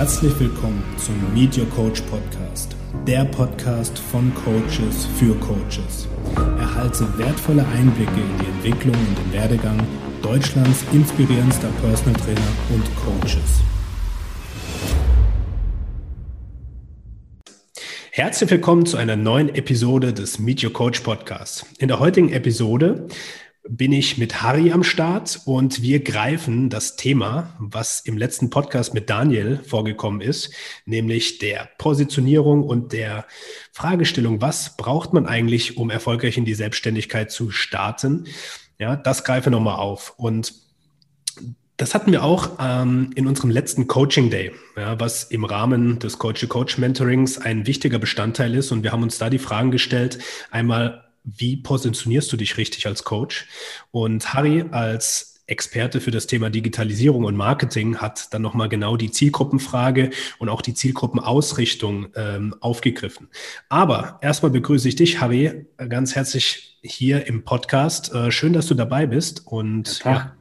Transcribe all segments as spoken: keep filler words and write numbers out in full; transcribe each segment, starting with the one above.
Herzlich willkommen zum Meet Your Coach Podcast, der Podcast von Coaches für Coaches. Erhalte wertvolle Einblicke in die Entwicklung und den Werdegang Deutschlands inspirierendster Personal Trainer und Coaches. Herzlich willkommen zu einer neuen Episode des Meet Your Coach Podcasts. In der heutigen Episode bin ich mit Harry am Start und wir greifen das Thema, was im letzten Podcast mit Daniel vorgekommen ist, nämlich der Positionierung und der Fragestellung, was braucht man eigentlich, um erfolgreich in die Selbstständigkeit zu starten? Ja, das greife nochmal auf. Und das hatten wir auch ähm, in unserem letzten Coaching Day, ja, was im Rahmen des Coach-to-Coach-Mentorings ein wichtiger Bestandteil ist. Und wir haben uns da die Fragen gestellt, einmal, wie positionierst du dich richtig als Coach? Und Harry als Experte für das Thema Digitalisierung und Marketing hat dann nochmal genau die Zielgruppenfrage und auch die Zielgruppenausrichtung ähm, aufgegriffen. Aber erstmal begrüße ich dich, Harry, ganz herzlich hier im Podcast. Äh, schön, dass du dabei bist. Und ja. Ja.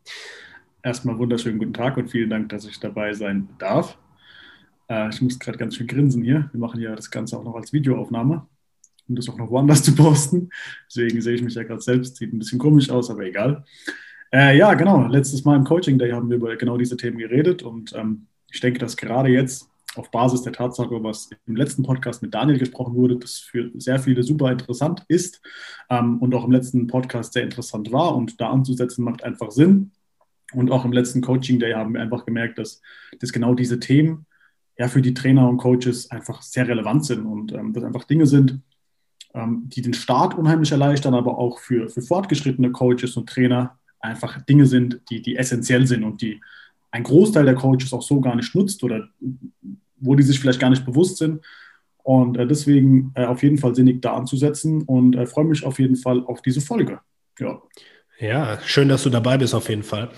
Erstmal wunderschönen guten Tag und vielen Dank, dass ich dabei sein darf. Äh, ich muss gerade ganz schön grinsen hier. Wir machen ja das Ganze auch noch als Videoaufnahme, um das auch noch woanders zu posten. Deswegen sehe ich mich ja gerade selbst. Sieht ein bisschen komisch aus, aber egal. Äh, ja, genau. Letztes Mal im Coaching Day haben wir über genau diese Themen geredet. Und ähm, ich denke, dass gerade jetzt auf Basis der Tatsache, was im letzten Podcast mit Daniel gesprochen wurde, das für sehr viele super interessant ist ähm, und auch im letzten Podcast sehr interessant war. Und da anzusetzen macht einfach Sinn. Und auch im letzten Coaching Day haben wir einfach gemerkt, dass, dass genau diese Themen ja für die Trainer und Coaches einfach sehr relevant sind und ähm, das einfach Dinge sind, die den Start unheimlich erleichtern, aber auch für, für fortgeschrittene Coaches und Trainer einfach Dinge sind, die, die essentiell sind und die ein Großteil der Coaches auch so gar nicht nutzt oder wo die sich vielleicht gar nicht bewusst sind. Und äh, deswegen äh, auf jeden Fall sinnig da anzusetzen und äh, freue mich auf jeden Fall auf diese Folge. Ja. Ja, schön, dass du dabei bist auf jeden Fall.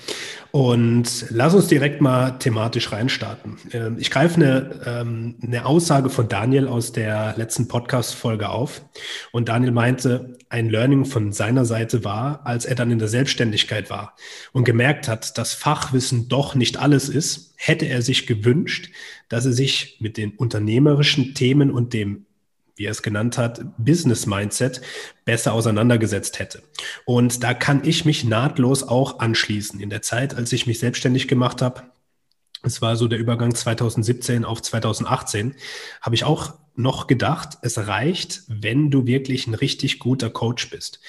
Und lass uns direkt mal thematisch reinstarten. Ich greife eine, eine Aussage von Daniel aus der letzten Podcast-Folge auf. Und Daniel meinte, ein Learning von seiner Seite war, als er dann in der Selbstständigkeit war und gemerkt hat, dass Fachwissen doch nicht alles ist, hätte er sich gewünscht, dass er sich mit den unternehmerischen Themen und dem, wie er es genannt hat, Business Mindset besser auseinandergesetzt hätte. Und da kann ich mich nahtlos auch anschließen. In der Zeit, als ich mich selbstständig gemacht habe, es war so der Übergang zwanzig siebzehn auf zwanzig achtzehn, habe ich auch noch gedacht, es reicht, wenn du wirklich ein richtig guter Coach bist.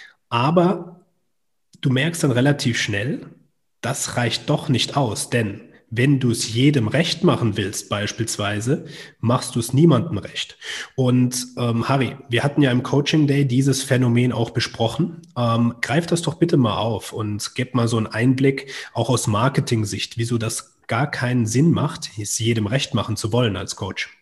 Aber du merkst dann relativ schnell, das reicht doch nicht aus, denn wenn du es jedem recht machen willst, beispielsweise, machst du es niemandem recht. Und ähm, Harry, wir hatten ja im Coaching Day dieses Phänomen auch besprochen. Ähm, greif das doch bitte mal auf und gib mal so einen Einblick, auch aus Marketing-Sicht, wieso das gar keinen Sinn macht, es jedem recht machen zu wollen als Coach.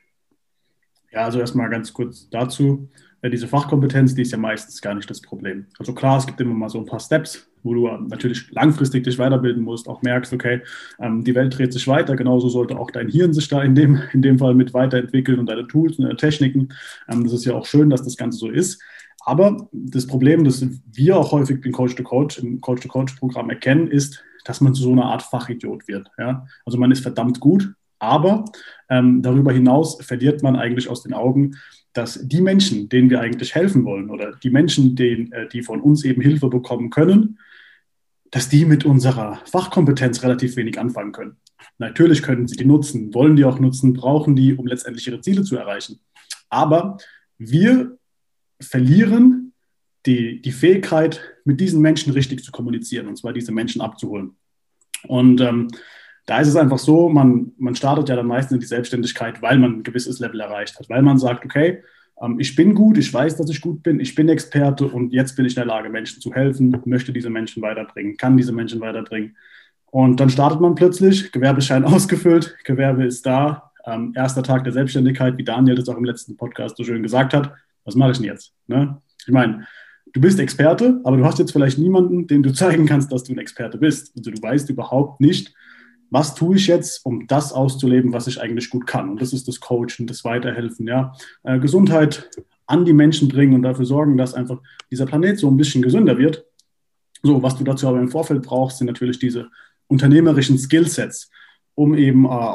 Ja, also erstmal ganz kurz dazu. Diese Fachkompetenz, die ist ja meistens gar nicht das Problem. Also klar, es gibt immer mal so ein paar Steps, wo du natürlich langfristig dich weiterbilden musst, auch merkst, okay, ähm, die Welt dreht sich weiter, genauso sollte auch dein Hirn sich da in dem, in dem Fall mit weiterentwickeln und deine Tools und deine Techniken. Ähm, das ist ja auch schön, dass das Ganze so ist. Aber das Problem, das wir auch häufig im Coach-to-Coach, im Coach-to-Coach-Programm erkennen, ist, dass man zu so einer Art Fachidiot wird. Ja? Also man ist verdammt gut, aber ähm, darüber hinaus verliert man eigentlich aus den Augen, dass die Menschen, denen wir eigentlich helfen wollen oder die Menschen, denen, äh, die von uns eben Hilfe bekommen können, dass die mit unserer Fachkompetenz relativ wenig anfangen können. Natürlich können sie die nutzen, wollen die auch nutzen, brauchen die, um letztendlich ihre Ziele zu erreichen. Aber wir verlieren die, die Fähigkeit, mit diesen Menschen richtig zu kommunizieren, und zwar diese Menschen abzuholen. Und ähm, da ist es einfach so, man, man startet ja dann meistens in die Selbstständigkeit, weil man ein gewisses Level erreicht hat, weil man sagt, okay, ähm, ich bin gut, ich weiß, dass ich gut bin, ich bin Experte und jetzt bin ich in der Lage, Menschen zu helfen, möchte diese Menschen weiterbringen, kann diese Menschen weiterbringen. Und dann startet man plötzlich, Gewerbeschein ausgefüllt, Gewerbe ist da, ähm, erster Tag der Selbstständigkeit, wie Daniel das auch im letzten Podcast so schön gesagt hat, was mache ich denn jetzt? Ne? Ich meine, du bist Experte, aber du hast jetzt vielleicht niemanden, dem du zeigen kannst, dass du ein Experte bist. Also du weißt überhaupt nicht, was tue ich jetzt, um das auszuleben, was ich eigentlich gut kann? Und das ist das Coachen, das Weiterhelfen, ja. Äh, Gesundheit an die Menschen bringen und dafür sorgen, dass einfach dieser Planet so ein bisschen gesünder wird. So, was du dazu aber im Vorfeld brauchst, sind natürlich diese unternehmerischen Skillsets, um eben äh, auch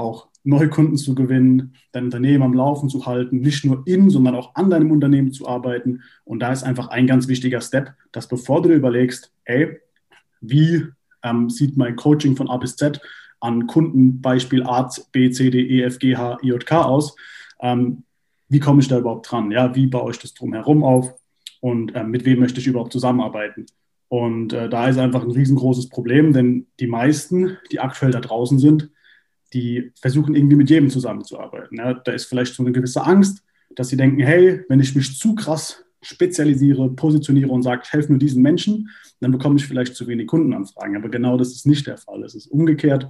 Neukunden zu gewinnen, dein Unternehmen am Laufen zu halten, nicht nur in, sondern auch an deinem Unternehmen zu arbeiten. Und da ist einfach ein ganz wichtiger Step, dass bevor du dir überlegst, ey, wie ähm, sieht mein Coaching von A bis Z an Kundenbeispiel A, B, C, D, E, F, G, H, I, J, K aus, ähm, wie komme ich da überhaupt dran? Ja, wie baue ich das drumherum auf und äh, mit wem möchte ich überhaupt zusammenarbeiten? Und äh, da ist einfach ein riesengroßes Problem, denn die meisten, die aktuell da draußen sind, die versuchen irgendwie mit jedem zusammenzuarbeiten. Ja, da ist vielleicht so eine gewisse Angst, dass sie denken, hey, wenn ich mich zu krass spezialisiere, positioniere und sage, ich helfe nur diesen Menschen, dann bekomme ich vielleicht zu wenig Kundenanfragen. Aber genau das ist nicht der Fall. Es ist umgekehrt.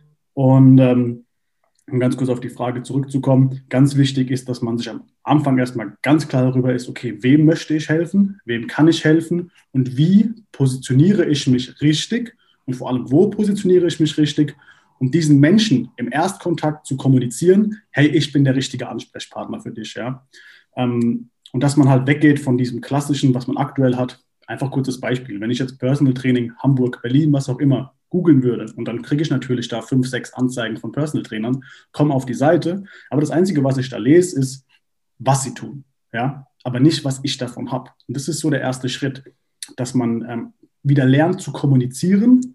Und ähm, um ganz kurz auf die Frage zurückzukommen, ganz wichtig ist, dass man sich am Anfang erstmal ganz klar darüber ist, okay, wem möchte ich helfen, wem kann ich helfen und wie positioniere ich mich richtig und vor allem, wo positioniere ich mich richtig, um diesen Menschen im Erstkontakt zu kommunizieren, hey, ich bin der richtige Ansprechpartner für dich. Ja? Ähm, und dass man halt weggeht von diesem klassischen, was man aktuell hat. Einfach kurzes Beispiel. Wenn ich jetzt Personal Training Hamburg, Berlin, was auch immer, googeln würde und dann kriege ich natürlich da fünf, sechs Anzeigen von Personal Trainern, komme auf die Seite, aber das Einzige, was ich da lese, ist, was sie tun, ja, aber nicht, was ich davon habe. Und das ist so der erste Schritt, dass man ähm, wieder lernt zu kommunizieren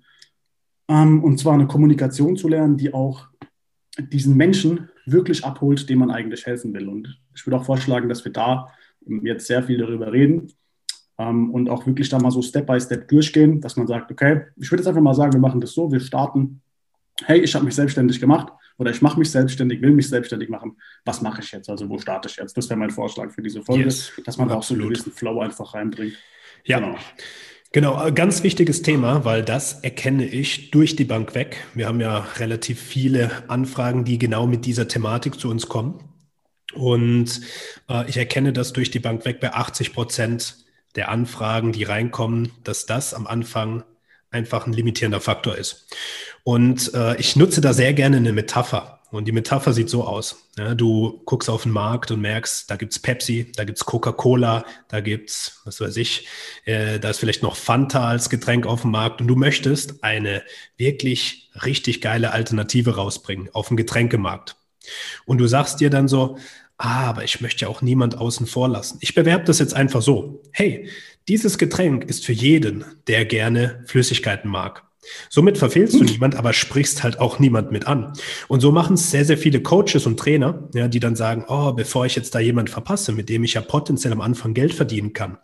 ähm, und zwar eine Kommunikation zu lernen, die auch diesen Menschen wirklich abholt, dem man eigentlich helfen will. Und ich würde auch vorschlagen, dass wir da jetzt sehr viel darüber reden, Um, und auch wirklich da mal so Step by Step durchgehen, dass man sagt, okay, ich würde jetzt einfach mal sagen, wir machen das so, wir starten, hey, ich habe mich selbstständig gemacht oder ich mache mich selbstständig, will mich selbstständig machen, was mache ich jetzt, also wo starte ich jetzt? Das wäre mein Vorschlag für diese Folge, yes, dass man da auch so einen gewissen Flow einfach reinbringt. Ja, genau. Genau, ganz wichtiges Thema, weil das erkenne ich durch die Bank weg. Wir haben ja relativ viele Anfragen, die genau mit dieser Thematik zu uns kommen und äh, ich erkenne das durch die Bank weg bei achtzig Prozent der Anfragen, die reinkommen, dass das am Anfang einfach ein limitierender Faktor ist. Und äh, ich nutze da sehr gerne eine Metapher. Und die Metapher sieht so aus. Ja, du guckst auf den Markt und merkst, da gibt's Pepsi, da gibt's Coca-Cola, da gibt's, was weiß ich, äh, da ist vielleicht noch Fanta als Getränk auf dem Markt und du möchtest eine wirklich richtig geile Alternative rausbringen auf dem Getränkemarkt. Und du sagst dir dann so, ah, aber ich möchte ja auch niemand außen vor lassen. Ich bewerbe das jetzt einfach so. Hey, dieses Getränk ist für jeden, der gerne Flüssigkeiten mag. Somit verfehlst du niemand, aber sprichst halt auch niemand mit an. Und so machen es sehr, sehr viele Coaches und Trainer, ja, die dann sagen, oh, bevor ich jetzt da jemand verpasse, mit dem ich ja potenziell am Anfang Geld verdienen kann,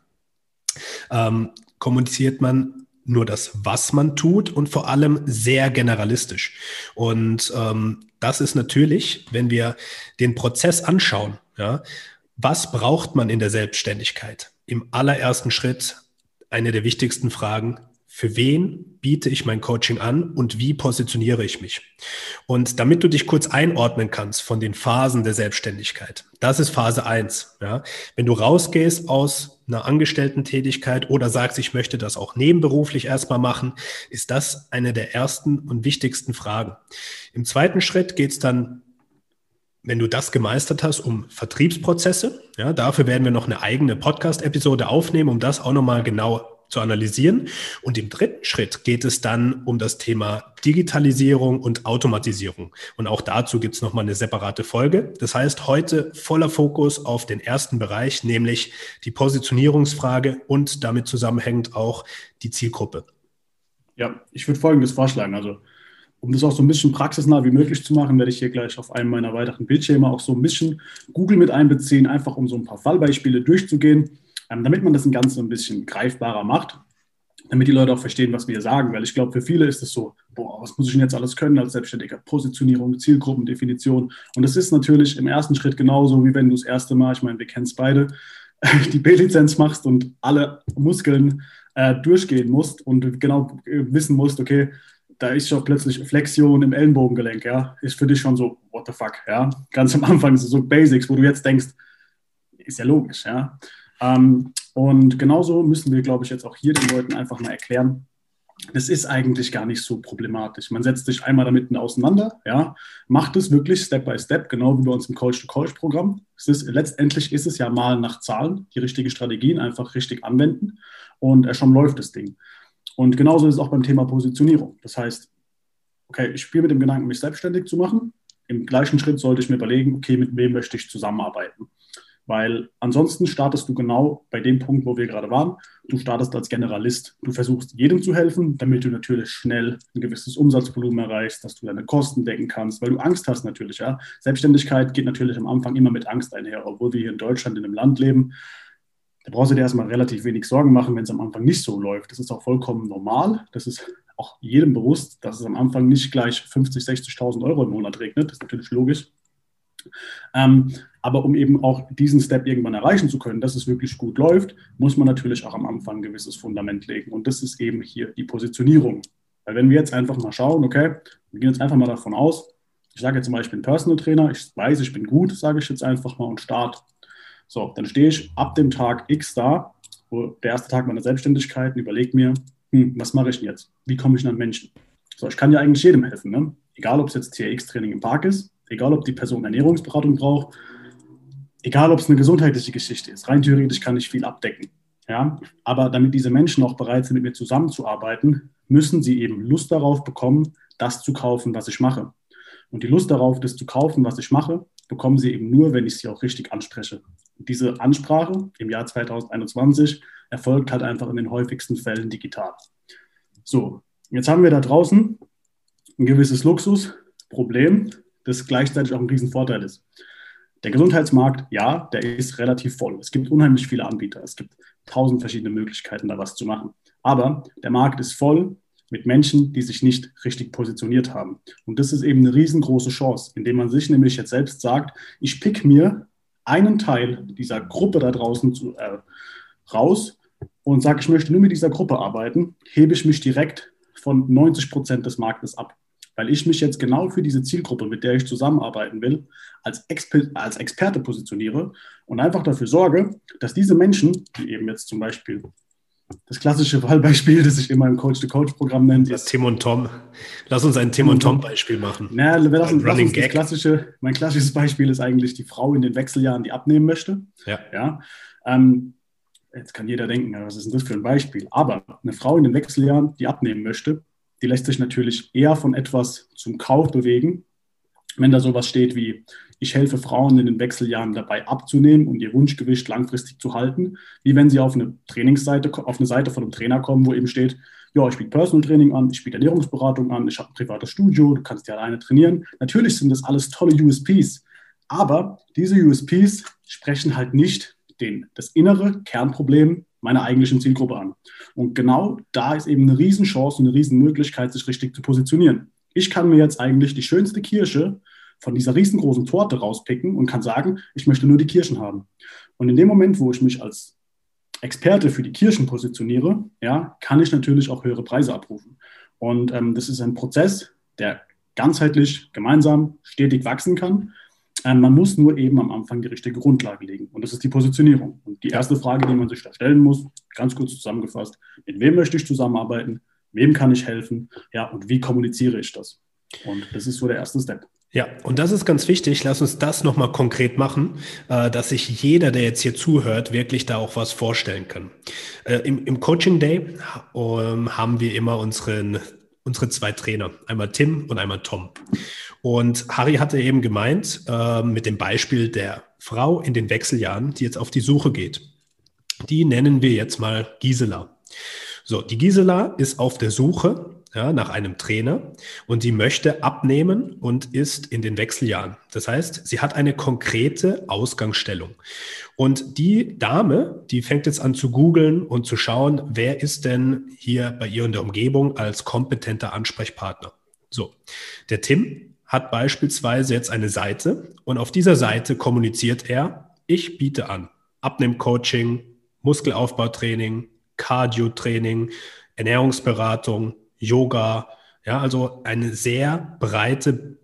ähm, kommuniziert man nur das, was man tut und vor allem sehr generalistisch. Und ähm, das ist natürlich, wenn wir den Prozess anschauen, ja, was braucht man in der Selbstständigkeit? Im allerersten Schritt eine der wichtigsten Fragen, für wen biete ich mein Coaching an und wie positioniere ich mich? Und damit du dich kurz einordnen kannst von den Phasen der Selbstständigkeit, das ist Phase eins. Ja? Wenn du rausgehst aus einer Angestellten-Tätigkeit oder sagst, ich möchte das auch nebenberuflich erstmal machen, ist das eine der ersten und wichtigsten Fragen. Im zweiten Schritt geht es dann, wenn du das gemeistert hast, um Vertriebsprozesse. Ja, dafür werden wir noch eine eigene Podcast-Episode aufnehmen, um das auch nochmal genau zu analysieren. Und im dritten Schritt geht es dann um das Thema Digitalisierung und Automatisierung. Und auch dazu gibt es nochmal eine separate Folge. Das heißt, heute voller Fokus auf den ersten Bereich, nämlich die Positionierungsfrage und damit zusammenhängend auch die Zielgruppe. Ja, ich würde Folgendes vorschlagen. Also, um das auch so ein bisschen praxisnah wie möglich zu machen, werde ich hier gleich auf einem meiner weiteren Bildschirme auch so ein bisschen Google mit einbeziehen, einfach um so ein paar Fallbeispiele durchzugehen, damit man das Ganze ein bisschen greifbarer macht, damit die Leute auch verstehen, was wir sagen. Weil ich glaube, für viele ist es so, boah, was muss ich denn jetzt alles können als Selbstständiger? Positionierung, Zielgruppendefinition. Und das ist natürlich im ersten Schritt genauso, wie wenn du das erste Mal, ich meine, wir kennen es beide, die B-Lizenz machst und alle Muskeln äh, durchgehen musst und genau wissen musst, okay, da ist schon plötzlich Flexion im Ellenbogengelenk, ja, ist für dich schon so, what the fuck, ja. Ganz am Anfang ist es so Basics, wo du jetzt denkst, ist ja logisch, ja. Ähm, und genauso müssen wir, glaube ich, jetzt auch hier den Leuten einfach mal erklären, das ist eigentlich gar nicht so problematisch. Man setzt sich einmal damit auseinander, ja, macht es wirklich Step by Step, genau wie bei uns im Coach-to-Coach-Programm. Es ist, letztendlich ist es ja mal nach Zahlen, die richtigen Strategien einfach richtig anwenden und äh, schon läuft das Ding. Und genauso ist es auch beim Thema Positionierung. Das heißt, okay, ich spiele mit dem Gedanken, mich selbstständig zu machen. im gleichen Schritt sollte ich mir überlegen, okay, mit wem möchte ich zusammenarbeiten? Weil ansonsten startest du genau bei dem Punkt, wo wir gerade waren. Du startest als Generalist. Du versuchst jedem zu helfen, damit du natürlich schnell ein gewisses Umsatzvolumen erreichst, dass du deine Kosten decken kannst, weil du Angst hast natürlich. Ja? Selbstständigkeit geht natürlich am Anfang immer mit Angst einher, obwohl wir hier in Deutschland in einem Land leben. Da brauchst du dir erstmal relativ wenig Sorgen machen, wenn es am Anfang nicht so läuft. Das ist auch vollkommen normal. Das ist auch jedem bewusst, dass es am Anfang nicht gleich fünfzigtausend, sechzigtausend Euro im Monat regnet. Das ist natürlich logisch. Ähm, aber um eben auch diesen Step irgendwann erreichen zu können, dass es wirklich gut läuft, muss man natürlich auch am Anfang ein gewisses Fundament legen. Und das ist eben hier die Positionierung. Weil wenn wir jetzt einfach mal schauen, okay, wir gehen jetzt einfach mal davon aus, ich sage jetzt zum Beispiel Personal Trainer, ich weiß, ich bin gut, sage ich jetzt einfach mal und starte. So, dann stehe ich ab dem Tag X da, wo der erste Tag meiner Selbstständigkeit, und überlege mir, hm, was mache ich denn jetzt? Wie komme ich an Menschen? So, ich kann ja eigentlich jedem helfen, ne? Egal, ob es jetzt T R X-Training im Park ist, egal, ob die Person Ernährungsberatung braucht, egal, ob es eine gesundheitliche Geschichte ist. Rein theoretisch kann ich viel abdecken. Ja? Aber damit diese Menschen auch bereit sind, mit mir zusammenzuarbeiten, müssen sie eben Lust darauf bekommen, das zu kaufen, was ich mache. Und die Lust darauf, das zu kaufen, was ich mache, bekommen sie eben nur, wenn ich sie auch richtig anspreche. Und diese Ansprache im Jahr zwanzig einundzwanzig erfolgt halt einfach in den häufigsten Fällen digital. So, jetzt haben wir da draußen ein gewisses Luxusproblem, das gleichzeitig auch ein Riesenvorteil ist. Der Gesundheitsmarkt, ja, der ist relativ voll. Es gibt unheimlich viele Anbieter. Es gibt tausend verschiedene Möglichkeiten, da was zu machen. Aber der Markt ist voll mit Menschen, die sich nicht richtig positioniert haben. Und das ist eben eine riesengroße Chance, indem man sich nämlich jetzt selbst sagt, ich pick mir einen Teil dieser Gruppe da draußen zu, äh, raus und sage, ich möchte nur mit dieser Gruppe arbeiten, hebe ich mich direkt von neunzig Prozent des Marktes ab. Weil ich mich jetzt genau für diese Zielgruppe, mit der ich zusammenarbeiten will, als, Exper- als Experte positioniere und einfach dafür sorge, dass diese Menschen, die eben jetzt zum Beispiel das klassische Fallbeispiel, das ich immer im Coach-to-Coach-Programm nenne, ist Tim und Tom. Lass uns ein Tim und Tom-Beispiel machen. Na, lass uns, lass uns das klassische, mein klassisches Beispiel ist eigentlich die Frau in den Wechseljahren, die abnehmen möchte. Ja. Ja, ähm, jetzt kann jeder denken, was ist denn das für ein Beispiel? Aber eine Frau in den Wechseljahren, die abnehmen möchte, die lässt sich natürlich eher von etwas zum Kauf bewegen, wenn da sowas steht wie, ich helfe Frauen in den Wechseljahren dabei abzunehmen und ihr Wunschgewicht langfristig zu halten, wie wenn sie auf eine Trainingsseite, auf eine Seite von einem Trainer kommen, wo eben steht, ja, ich biete Personal Training an, ich biete Ernährungsberatung an, ich habe ein privates Studio, du kannst ja alleine trainieren. Natürlich sind das alles tolle U S Ps, aber diese U S Ps sprechen halt nicht den, das innere Kernproblem meiner eigentlichen Zielgruppe an. Und genau da ist eben eine Riesenchance und eine Riesenmöglichkeit, sich richtig zu positionieren. Ich kann mir jetzt eigentlich die schönste Kirsche von dieser riesengroßen Torte rauspicken und kann sagen, ich möchte nur die Kirschen haben. Und in dem Moment, wo ich mich als Experte für die Kirschen positioniere, ja, kann ich natürlich auch höhere Preise abrufen. Und ähm, das ist ein Prozess, der ganzheitlich, gemeinsam, stetig wachsen kann. Ähm, man muss nur eben am Anfang die richtige Grundlage legen. Und das ist die Positionierung. Und die erste Frage, die man sich da stellen muss, ganz kurz zusammengefasst, mit wem möchte ich zusammenarbeiten? Wem kann ich helfen? Ja, und wie kommuniziere ich das? Und das ist so der erste Step. Ja, und das ist ganz wichtig. Lass uns das nochmal konkret machen, äh, dass sich jeder, der jetzt hier zuhört, wirklich da auch was vorstellen kann. Äh, im, im Coaching Day ähm, haben wir immer unseren, unsere zwei Trainer, einmal Tim und einmal Tom. Und Harry hatte eben gemeint, äh, mit dem Beispiel der Frau in den Wechseljahren, die jetzt auf die Suche geht. Die nennen wir jetzt mal Gisela. So, die Gisela ist auf der Suche ja, nach einem Trainer und die möchte abnehmen und ist in den Wechseljahren. Das heißt, sie hat eine konkrete Ausgangsstellung. Und die Dame, die fängt jetzt an zu googeln und zu schauen, wer ist denn hier bei ihr in der Umgebung als kompetenter Ansprechpartner. So, der Tim hat beispielsweise jetzt eine Seite und auf dieser Seite kommuniziert er, ich biete an Abnehmcoaching, Muskelaufbautraining, Cardio-Training, Ernährungsberatung, Yoga, ja, also eine sehr breite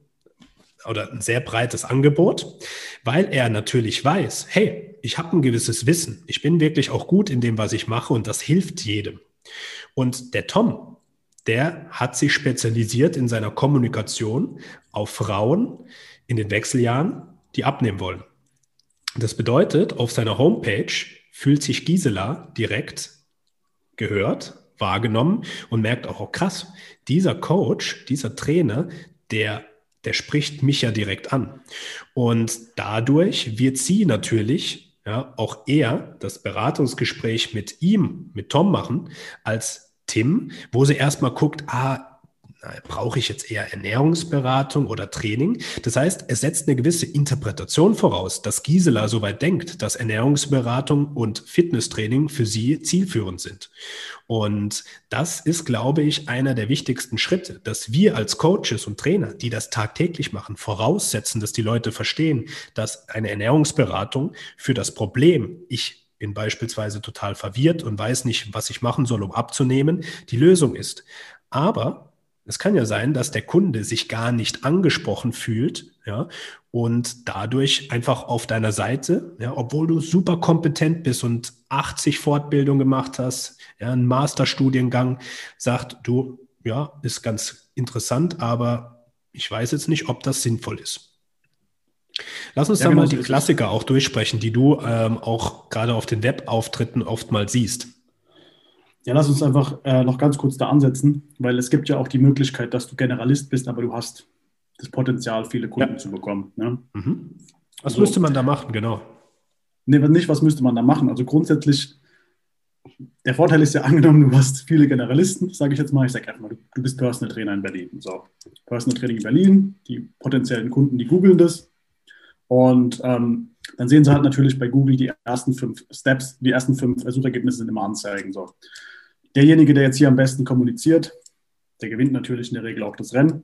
oder ein sehr breites Angebot, weil er natürlich weiß, hey, ich habe ein gewisses Wissen, ich bin wirklich auch gut in dem, was ich mache und das hilft jedem. Und der Tom, der hat sich spezialisiert in seiner Kommunikation auf Frauen in den Wechseljahren, die abnehmen wollen. Das bedeutet, auf seiner Homepage fühlt sich Gisela direkt gehört, wahrgenommen und merkt auch, oh krass, dieser Coach, dieser Trainer, der der spricht mich ja direkt an. Und dadurch wird sie natürlich ja, auch eher das Beratungsgespräch mit ihm, mit Tom machen, als Tim, wo sie erstmal guckt, ah, brauche ich jetzt eher Ernährungsberatung oder Training? Das heißt, es setzt eine gewisse Interpretation voraus, dass Gisela soweit denkt, dass Ernährungsberatung und Fitnesstraining für sie zielführend sind. Und das ist, glaube ich, einer der wichtigsten Schritte, dass wir als Coaches und Trainer, die das tagtäglich machen, voraussetzen, dass die Leute verstehen, dass eine Ernährungsberatung für das Problem, ich bin beispielsweise total verwirrt und weiß nicht, was ich machen soll, um abzunehmen, die Lösung ist. Aber es kann ja sein, dass der Kunde sich gar nicht angesprochen fühlt, ja, und dadurch einfach auf deiner Seite, ja, obwohl du super kompetent bist und achtzig Fortbildungen gemacht hast, ja, einen Masterstudiengang, sagt, du, ja, ist ganz interessant, aber ich weiß jetzt nicht, ob das sinnvoll ist. Lass uns ja, da genau mal die so Klassiker auch durchsprechen, die du ähm, auch gerade auf den Webauftritten oftmals siehst. Ja, lass uns einfach äh, noch ganz kurz da ansetzen, weil es gibt ja auch die Möglichkeit, dass du Generalist bist, aber du hast das Potenzial, viele Kunden ja. zu bekommen. Ne? Mhm. Was also, müsste man da machen, genau? Nee, nicht, was müsste man da machen? Also grundsätzlich, der Vorteil ist ja angenommen, du hast viele Generalisten, sage ich jetzt mal, ich sage einfach mal, du, du bist Personal Trainer in Berlin. So, Personal Training in Berlin, die potenziellen Kunden, die googeln das und ähm, dann sehen sie halt natürlich bei Google die ersten fünf Steps, die ersten fünf Suchergebnisse sind immer Anzeigen. So. Derjenige, der jetzt hier am besten kommuniziert, der gewinnt natürlich in der Regel auch das Rennen.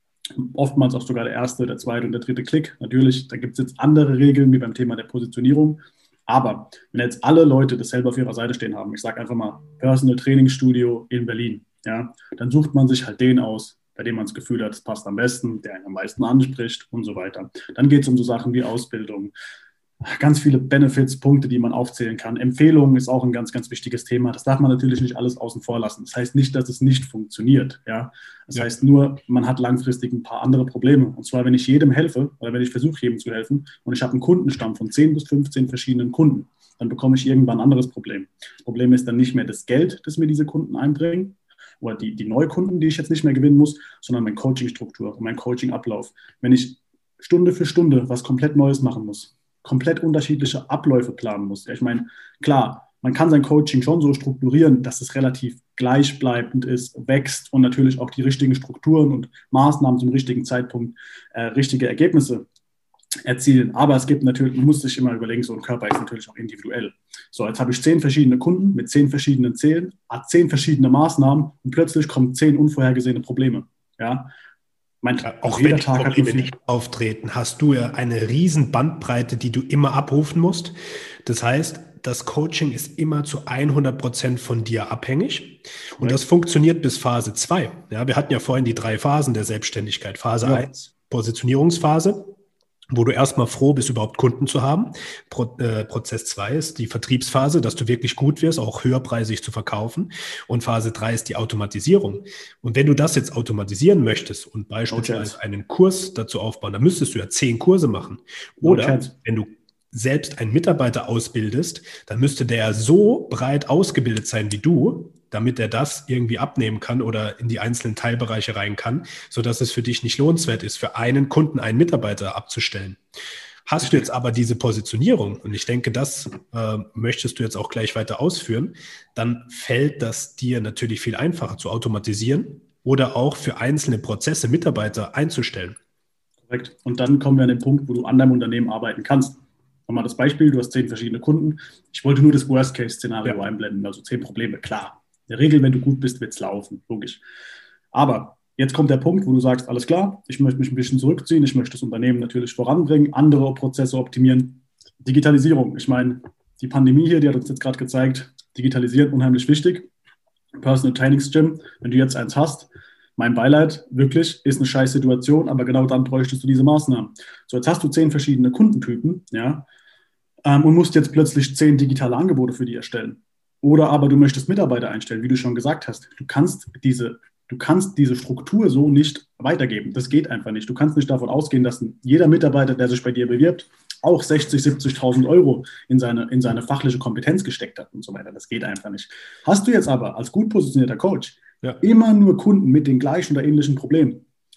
Oftmals auch sogar der erste, der zweite und der dritte Klick. Natürlich, da gibt es jetzt andere Regeln wie beim Thema der Positionierung. Aber wenn jetzt alle Leute dasselbe auf ihrer Seite stehen haben, ich sage einfach mal Personal Training Studio in Berlin, ja, dann sucht man sich halt den aus, bei dem man das Gefühl hat, es passt am besten, der einen am meisten anspricht und so weiter. Dann geht es um so Sachen wie Ausbildung, ganz viele Benefits, Punkte, die man aufzählen kann. Empfehlungen ist auch ein ganz, ganz wichtiges Thema. Das darf man natürlich nicht alles außen vor lassen. Das heißt nicht, dass es nicht funktioniert. Ja? Das ja. heißt nur, man hat langfristig ein paar andere Probleme. Und zwar, wenn ich jedem helfe oder wenn ich versuche, jedem zu helfen und ich habe einen Kundenstamm von zehn bis fünfzehn verschiedenen Kunden, dann bekomme ich irgendwann ein anderes Problem. Das Problem ist dann nicht mehr das Geld, das mir diese Kunden einbringen, oder die, die Neukunden, die ich jetzt nicht mehr gewinnen muss, sondern meine Coaching-Struktur und mein Coaching-Ablauf. Wenn ich Stunde für Stunde was komplett Neues machen muss, komplett unterschiedliche Abläufe planen muss. Ja, ich meine, klar, man kann sein Coaching schon so strukturieren, dass es relativ gleichbleibend ist, wächst und natürlich auch die richtigen Strukturen und Maßnahmen zum richtigen Zeitpunkt äh, richtige Ergebnisse erzielen. Aber es gibt natürlich, man muss sich immer überlegen, so ein Körper ist natürlich auch individuell. So, jetzt habe ich zehn verschiedene Kunden mit zehn verschiedenen Zielen, hat zehn verschiedene Maßnahmen und plötzlich kommen zehn unvorhergesehene Probleme. Ja, Mein, ja, auch wenn die Tag Probleme nicht auftreten, hast du ja eine riesen Bandbreite, die du immer abrufen musst. Das heißt, das Coaching ist immer zu hundert Prozent von dir abhängig. Und okay. das funktioniert bis Phase zwei. Ja, wir hatten ja vorhin die drei Phasen der Selbstständigkeit. Phase ja. eins, Positionierungsphase, wo du erstmal froh bist, überhaupt Kunden zu haben. Pro, äh, Prozess zwei ist die Vertriebsphase, dass du wirklich gut wirst, auch höherpreisig zu verkaufen. Und Phase drei ist die Automatisierung. Und wenn du das jetzt automatisieren möchtest und beispielsweise okay. einen Kurs dazu aufbauen, dann müsstest du ja zehn Kurse machen. Oder okay. wenn du selbst einen Mitarbeiter ausbildest, dann müsste der so breit ausgebildet sein wie du, damit er das irgendwie abnehmen kann oder in die einzelnen Teilbereiche rein kann, sodass es für dich nicht lohnenswert ist, für einen Kunden einen Mitarbeiter abzustellen. Hast du jetzt aber diese Positionierung, und ich denke, das äh, möchtest du jetzt auch gleich weiter ausführen, dann fällt das dir natürlich viel einfacher zu automatisieren oder auch für einzelne Prozesse Mitarbeiter einzustellen. Korrekt. Und dann kommen wir an den Punkt, wo du an deinem Unternehmen arbeiten kannst. Nochmal das Beispiel, du hast zehn verschiedene Kunden. Ich wollte nur das Worst-Case-Szenario ja. einblenden, also zehn Probleme, klar. In der Regel, wenn du gut bist, wird es laufen, logisch. Aber jetzt kommt der Punkt, wo du sagst, alles klar, ich möchte mich ein bisschen zurückziehen, ich möchte das Unternehmen natürlich voranbringen, andere Prozesse optimieren. Digitalisierung, ich meine, die Pandemie hier, die hat uns jetzt gerade gezeigt, digitalisieren unheimlich wichtig. Personal Trainings Gym, wenn du jetzt eins hast, mein Beileid, wirklich, ist eine scheiß Situation, aber genau dann bräuchtest du diese Maßnahmen. So, jetzt hast du zehn verschiedene Kundentypen, ja, ähm, und musst jetzt plötzlich zehn digitale Angebote für die erstellen. Oder aber du möchtest Mitarbeiter einstellen, wie du schon gesagt hast. Du kannst diese, du kannst diese Struktur so nicht weitergeben. Das geht einfach nicht. Du kannst nicht davon ausgehen, dass jeder Mitarbeiter, der sich bei dir bewirbt, auch sechzig, siebzigtausend Euro in seine, in seine fachliche Kompetenz gesteckt hat und so weiter. Das geht einfach nicht. Hast du jetzt aber als gut positionierter Coach ja. immer nur Kunden mit den gleichen oder ähnlichen Problemen,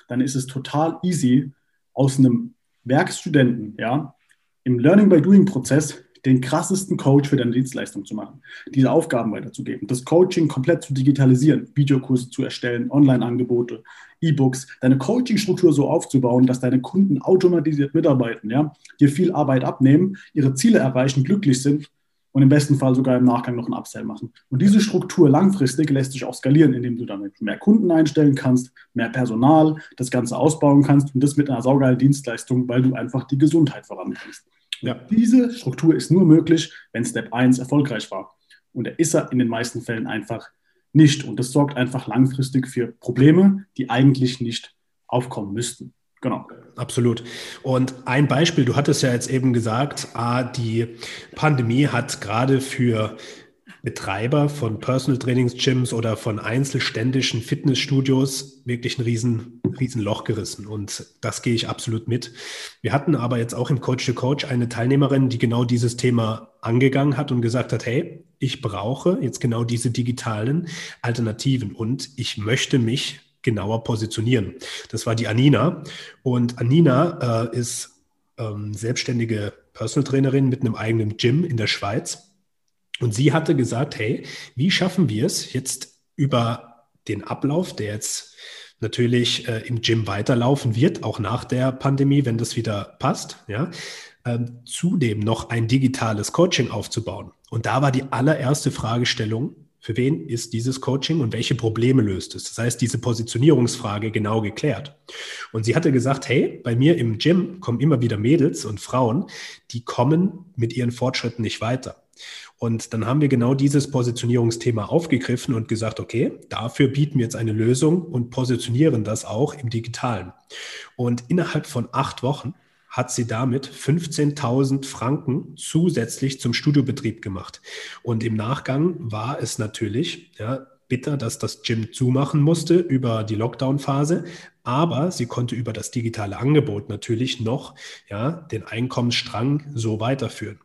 dann ist es total easy, aus einem Werkstudenten, ja, im Learning-by-Doing-Prozess den krassesten Coach für deine Dienstleistung zu machen, diese Aufgaben weiterzugeben, das Coaching komplett zu digitalisieren, Videokurse zu erstellen, Online-Angebote, E-Books, deine Coaching-Struktur so aufzubauen, dass deine Kunden automatisiert mitarbeiten, ja, dir viel Arbeit abnehmen, ihre Ziele erreichen, glücklich sind und im besten Fall sogar im Nachgang noch einen Upsell machen. Und diese Struktur langfristig lässt sich auch skalieren, indem du damit mehr Kunden einstellen kannst, mehr Personal, das Ganze ausbauen kannst und das mit einer saugeilen Dienstleistung, weil du einfach die Gesundheit voranbringst. Ja. Diese Struktur ist nur möglich, wenn Step eins erfolgreich war. Und er ist er in den meisten Fällen einfach nicht. Und das sorgt einfach langfristig für Probleme, die eigentlich nicht aufkommen müssten. Genau. Absolut. Und ein Beispiel, du hattest ja jetzt eben gesagt, ah, die Pandemie hat gerade für Betreiber von Personal Trainings Gyms oder von einzelständischen Fitnessstudios wirklich ein riesen, riesen Loch gerissen. Und das gehe ich absolut mit. Wir hatten aber jetzt auch im Coach to Coach eine Teilnehmerin, die genau dieses Thema angegangen hat und gesagt hat, hey, ich brauche jetzt genau diese digitalen Alternativen und ich möchte mich genauer positionieren. Das war die Anina. Und Anina äh, ist ähm, selbstständige Personal Trainerin mit einem eigenen Gym in der Schweiz. Und sie hatte gesagt, hey, wie schaffen wir es jetzt über den Ablauf, der jetzt natürlich äh, im Gym weiterlaufen wird, auch nach der Pandemie, wenn das wieder passt, ja, äh, zudem noch ein digitales Coaching aufzubauen. Und da war die allererste Fragestellung, für wen ist dieses Coaching und welche Probleme löst es? Das heißt, diese Positionierungsfrage genau geklärt. Und sie hatte gesagt, hey, bei mir im Gym kommen immer wieder Mädels und Frauen, die kommen mit ihren Fortschritten nicht weiter. Und dann haben wir genau dieses Positionierungsthema aufgegriffen und gesagt, okay, dafür bieten wir jetzt eine Lösung und positionieren das auch im Digitalen. Und innerhalb von acht Wochen hat sie damit fünfzehntausend Franken zusätzlich zum Studiobetrieb gemacht. Und im Nachgang war es natürlich ja, bitter, dass das Gym zumachen musste über die Lockdown-Phase, aber sie konnte über das digitale Angebot natürlich noch ja, den Einkommensstrang so weiterführen.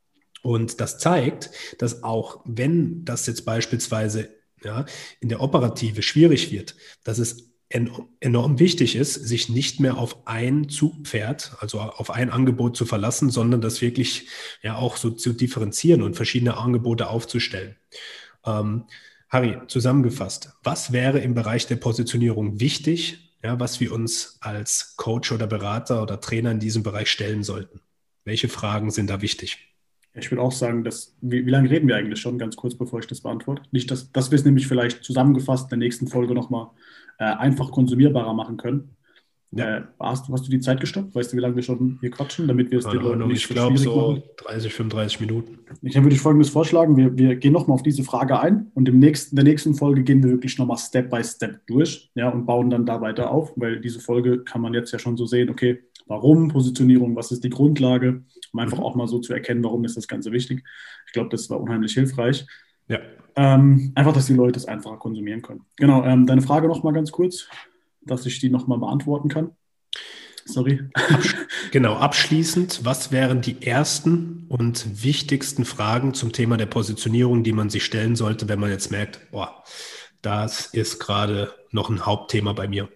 Und das zeigt, dass auch wenn das jetzt beispielsweise ja, in der Operative schwierig wird, dass es en- enorm wichtig ist, sich nicht mehr auf ein Zugpferd, also auf ein Angebot zu verlassen, sondern das wirklich ja auch so zu differenzieren und verschiedene Angebote aufzustellen. Ähm, Harry, zusammengefasst, was wäre im Bereich der Positionierung wichtig, ja, was wir uns als Coach oder Berater oder Trainer in diesem Bereich stellen sollten? Welche Fragen sind da wichtig? Ich würde auch sagen, dass, wie, wie lange reden wir eigentlich schon, ganz kurz, bevor ich das beantworte? Nicht, dass, dass wir es nämlich vielleicht zusammengefasst in der nächsten Folge nochmal äh, einfach konsumierbarer machen können. Ja. Äh, hast, hast du die Zeit gestoppt? Weißt du, wie lange wir schon hier quatschen, damit wir es den Leuten nicht ich so glaube schwierig so machen? dreißig, fünfunddreißig Minuten. Ich dann würde ich Folgendes vorschlagen, wir, wir gehen nochmal auf diese Frage ein und im nächsten, in der nächsten Folge gehen wir wirklich nochmal Step by Step durch, ja, und bauen dann da weiter auf, weil diese Folge kann man jetzt ja schon so sehen, okay, warum Positionierung, was ist die Grundlage, um einfach Mhm. auch mal so zu erkennen, warum ist das Ganze wichtig. Ich glaube, das war unheimlich hilfreich. Ja. Ähm, einfach, dass die Leute es einfacher konsumieren können. Genau, ähm, deine Frage nochmal ganz kurz, dass ich die nochmal beantworten kann. Sorry. Absch- genau, abschließend, was wären die ersten und wichtigsten Fragen zum Thema der Positionierung, die man sich stellen sollte, wenn man jetzt merkt, boah, das ist gerade noch ein Hauptthema bei mir?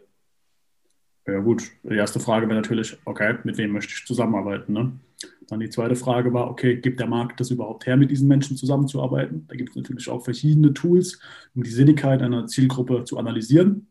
Ja gut, die erste Frage wäre natürlich, okay, mit wem möchte ich zusammenarbeiten? Ne? Dann die zweite Frage war, okay, gibt der Markt das überhaupt her, mit diesen Menschen zusammenzuarbeiten? Da gibt es natürlich auch verschiedene Tools, um die Sinnigkeit einer Zielgruppe zu analysieren.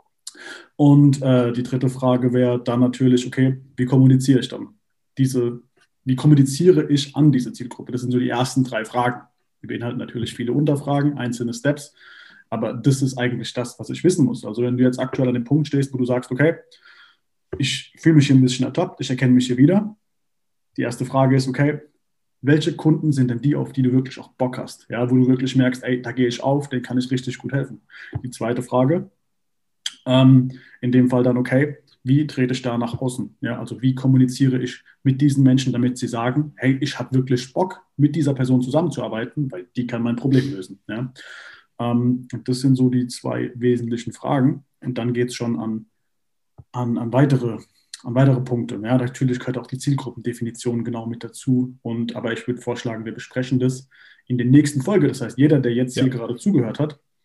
Und äh, die dritte Frage wäre dann natürlich, okay, wie kommuniziere ich dann? Diese, wie kommuniziere ich an diese Zielgruppe? Das sind so die ersten drei Fragen. Die beinhalten natürlich viele Unterfragen, einzelne Steps. Aber das ist eigentlich das, was ich wissen muss. Also wenn du jetzt aktuell an dem Punkt stehst, wo du sagst, okay, ich fühle mich hier ein bisschen ertappt, ich erkenne mich hier wieder. Die erste Frage ist, okay, welche Kunden sind denn die, auf die du wirklich auch Bock hast? Ja, wo du wirklich merkst, ey, da gehe ich auf, denen kann ich richtig gut helfen. Die zweite Frage, ähm, in dem Fall dann, okay, wie trete ich da nach außen? Ja, also wie kommuniziere ich mit diesen Menschen, damit sie sagen, hey, ich habe wirklich Bock, mit dieser Person zusammenzuarbeiten, weil die kann mein Problem lösen. Ja? Ähm, das sind so die zwei wesentlichen Fragen. Und dann geht es schon an, an, an, weitere, an weitere Punkte. Ja, natürlich gehört auch die Zielgruppendefinition genau mit dazu. Und, aber ich würde vorschlagen, wir besprechen das in der nächsten Folge. Das heißt, jeder, der jetzt Ja. hier gerade zugehört hat,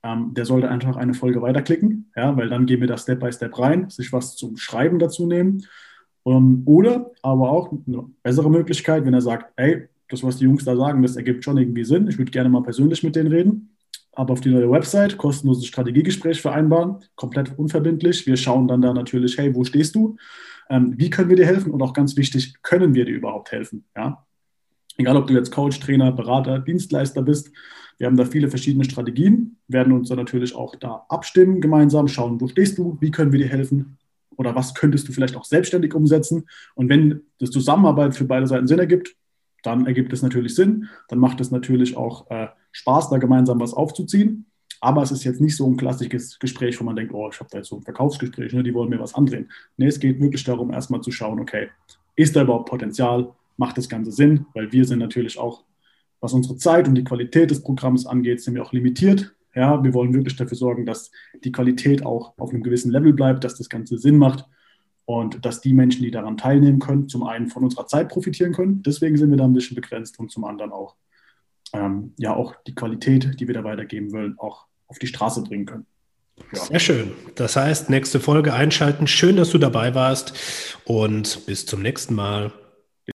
ähm, der sollte einfach eine Folge weiterklicken, ja, weil dann gehen wir da Step by Step rein, sich was zum Schreiben dazu nehmen. Um, oder aber auch eine bessere Möglichkeit, wenn er sagt, ey, das, was die Jungs da sagen, das ergibt schon irgendwie Sinn. Ich würde gerne mal persönlich mit denen reden. Aber auf die neue Website, kostenloses Strategiegespräch vereinbaren, komplett unverbindlich. Wir schauen dann da natürlich, hey, wo stehst du? Ähm, wie können wir dir helfen? Und auch ganz wichtig, können wir dir überhaupt helfen? Ja? Egal, ob du jetzt Coach, Trainer, Berater, Dienstleister bist. Wir haben da viele verschiedene Strategien, werden uns dann natürlich auch da abstimmen, gemeinsam schauen, wo stehst du? Wie können wir dir helfen? Oder was könntest du vielleicht auch selbstständig umsetzen? Und wenn das Zusammenarbeit für beide Seiten Sinn ergibt, dann ergibt es natürlich Sinn. Dann macht es natürlich auch äh, Spaß, da gemeinsam was aufzuziehen. Aber es ist jetzt nicht so ein klassisches Gespräch, wo man denkt, oh, ich habe da jetzt so ein Verkaufsgespräch, ne, die wollen mir was andrehen. Nee, es geht wirklich darum, erstmal zu schauen, okay, ist da überhaupt Potenzial? Macht das Ganze Sinn? Weil wir sind natürlich auch, was unsere Zeit und die Qualität des Programms angeht, sind wir auch limitiert. Ja, wir wollen wirklich dafür sorgen, dass die Qualität auch auf einem gewissen Level bleibt, dass das Ganze Sinn macht. Und dass die Menschen, die daran teilnehmen können, zum einen von unserer Zeit profitieren können. Deswegen sind wir da ein bisschen begrenzt und zum anderen auch, ähm, ja, auch die Qualität, die wir da weitergeben wollen, auch auf die Straße bringen können. Ja. Sehr schön. Das heißt, nächste Folge einschalten. Schön, dass du dabei warst und bis zum nächsten Mal.